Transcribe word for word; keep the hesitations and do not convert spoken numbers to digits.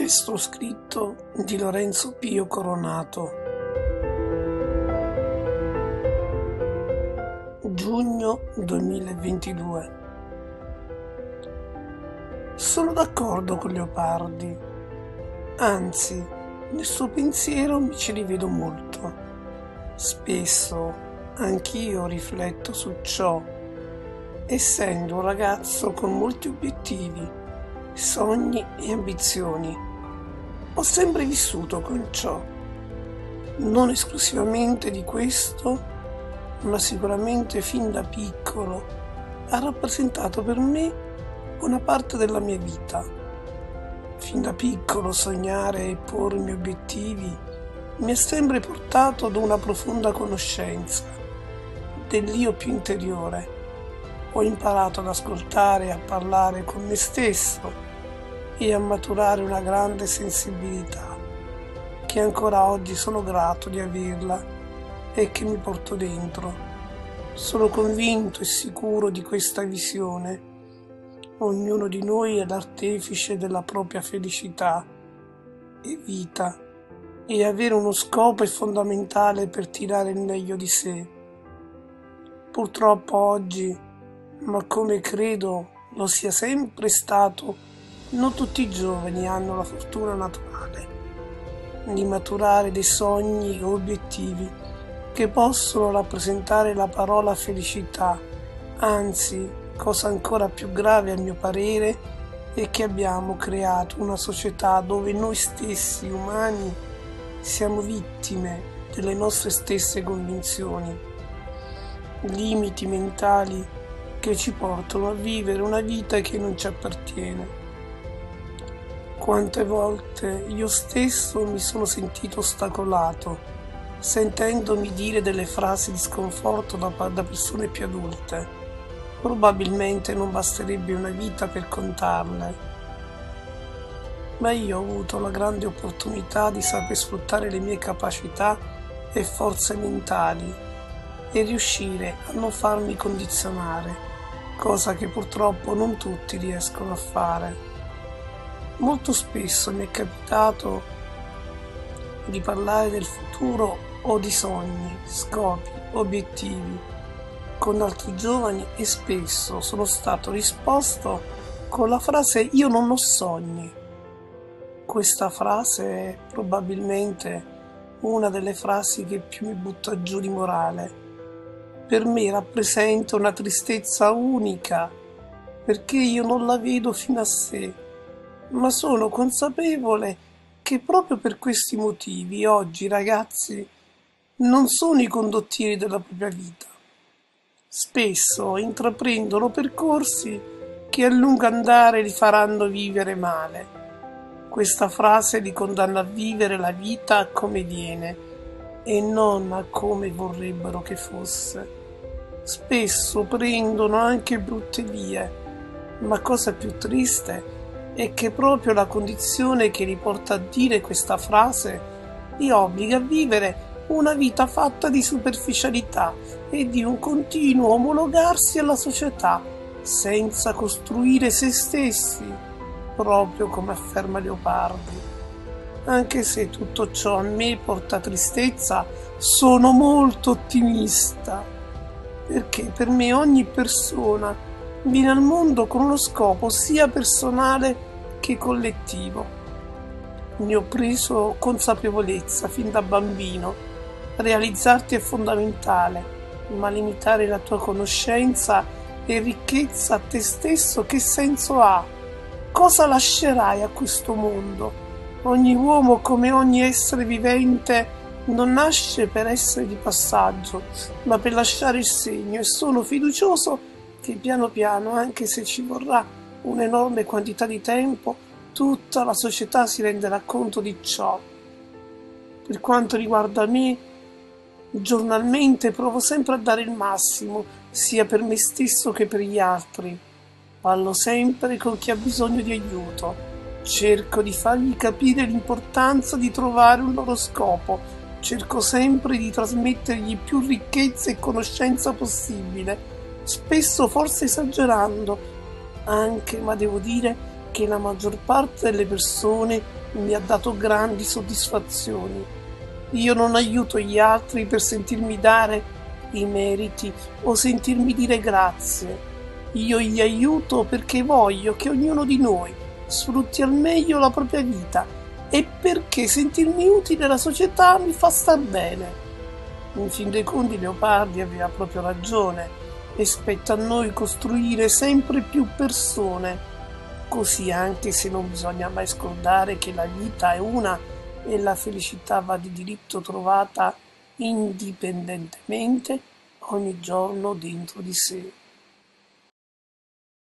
Testo scritto di Lorenzo Pio Coronato. Giugno duemilaventidue. Sono d'accordo con Leopardi, anzi, nel suo pensiero mi ci rivedo molto. Spesso anch'io rifletto su ciò, essendo un ragazzo con molti obiettivi, sogni e ambizioni. Ho sempre vissuto con ciò, non esclusivamente di questo, ma sicuramente fin da piccolo ha rappresentato per me una parte della mia vita. Fin da piccolo sognare e pormi obiettivi mi ha sempre portato ad una profonda conoscenza dell'io più interiore. Ho imparato ad ascoltare e a parlare con me stesso e a maturare una grande sensibilità che ancora oggi sono grato di averla e che mi porto dentro. Sono convinto e sicuro di questa visione. Ognuno di noi è l'artefice della propria felicità e vita, e avere uno scopo è fondamentale per tirare il meglio di sé. Purtroppo oggi, ma come credo lo sia sempre stato, non tutti i giovani hanno la fortuna naturale di maturare dei sogni o obiettivi che possono rappresentare la parola felicità. Anzi, cosa ancora più grave a mio parere è che abbiamo creato una società dove noi stessi umani siamo vittime delle nostre stesse convinzioni, limiti mentali che ci portano a vivere una vita che non ci appartiene. Quante volte io stesso mi sono sentito ostacolato, sentendomi dire delle frasi di sconforto da, da persone più adulte. Probabilmente non basterebbe una vita per contarle, ma io ho avuto la grande opportunità di saper sfruttare le mie capacità e forze mentali e riuscire a non farmi condizionare, cosa che purtroppo non tutti riescono a fare. Molto spesso mi è capitato di parlare del futuro o di sogni, scopi, obiettivi con altri giovani e spesso sono stato risposto con la frase "io non ho sogni". Questa frase è probabilmente una delle frasi che più mi butta giù di morale. Per me rappresenta una tristezza unica perché io non la vedo fino a sé. Ma sono consapevole che proprio per questi motivi oggi i ragazzi non sono i condottieri della propria vita. Spesso intraprendono percorsi che a lungo andare li faranno vivere male. Questa frase li condanna a vivere la vita come viene e non a come vorrebbero che fosse. Spesso prendono anche brutte vie, ma cosa più triste è che proprio la condizione che li porta a dire questa frase li obbliga a vivere una vita fatta di superficialità e di un continuo omologarsi alla società senza costruire se stessi, proprio come afferma Leopardi. Anche se tutto ciò a me porta tristezza, sono molto ottimista, perché per me ogni persona viene al mondo con uno scopo sia personale che collettivo. Ne ho preso consapevolezza fin da bambino. Realizzarti è fondamentale, ma limitare la tua conoscenza e ricchezza a te stesso che senso ha? Cosa lascerai a questo mondo? Ogni uomo, come ogni essere vivente, non nasce per essere di passaggio, ma per lasciare il segno, e sono fiducioso che piano piano, anche se ci vorrà un'enorme quantità di tempo, tutta la società si renderà conto di ciò. Per quanto riguarda me, giornalmente provo sempre a dare il massimo, sia per me stesso che per gli altri. Parlo sempre con chi ha bisogno di aiuto. Cerco di fargli capire l'importanza di trovare un loro scopo. Cerco sempre di trasmettergli più ricchezza e conoscenza possibile. Spesso forse esagerando anche, ma devo dire che la maggior parte delle persone mi ha dato grandi soddisfazioni. Io non aiuto gli altri per sentirmi dare i meriti o sentirmi dire grazie. Io li aiuto perché voglio che ognuno di noi sfrutti al meglio la propria vita e perché sentirmi utile alla società mi fa star bene. In fin dei conti Leopardi aveva proprio ragione e spetta a noi costruire sempre più persone. Così, anche se non bisogna mai scordare che la vita è una e la felicità va di diritto trovata indipendentemente ogni giorno dentro di sé.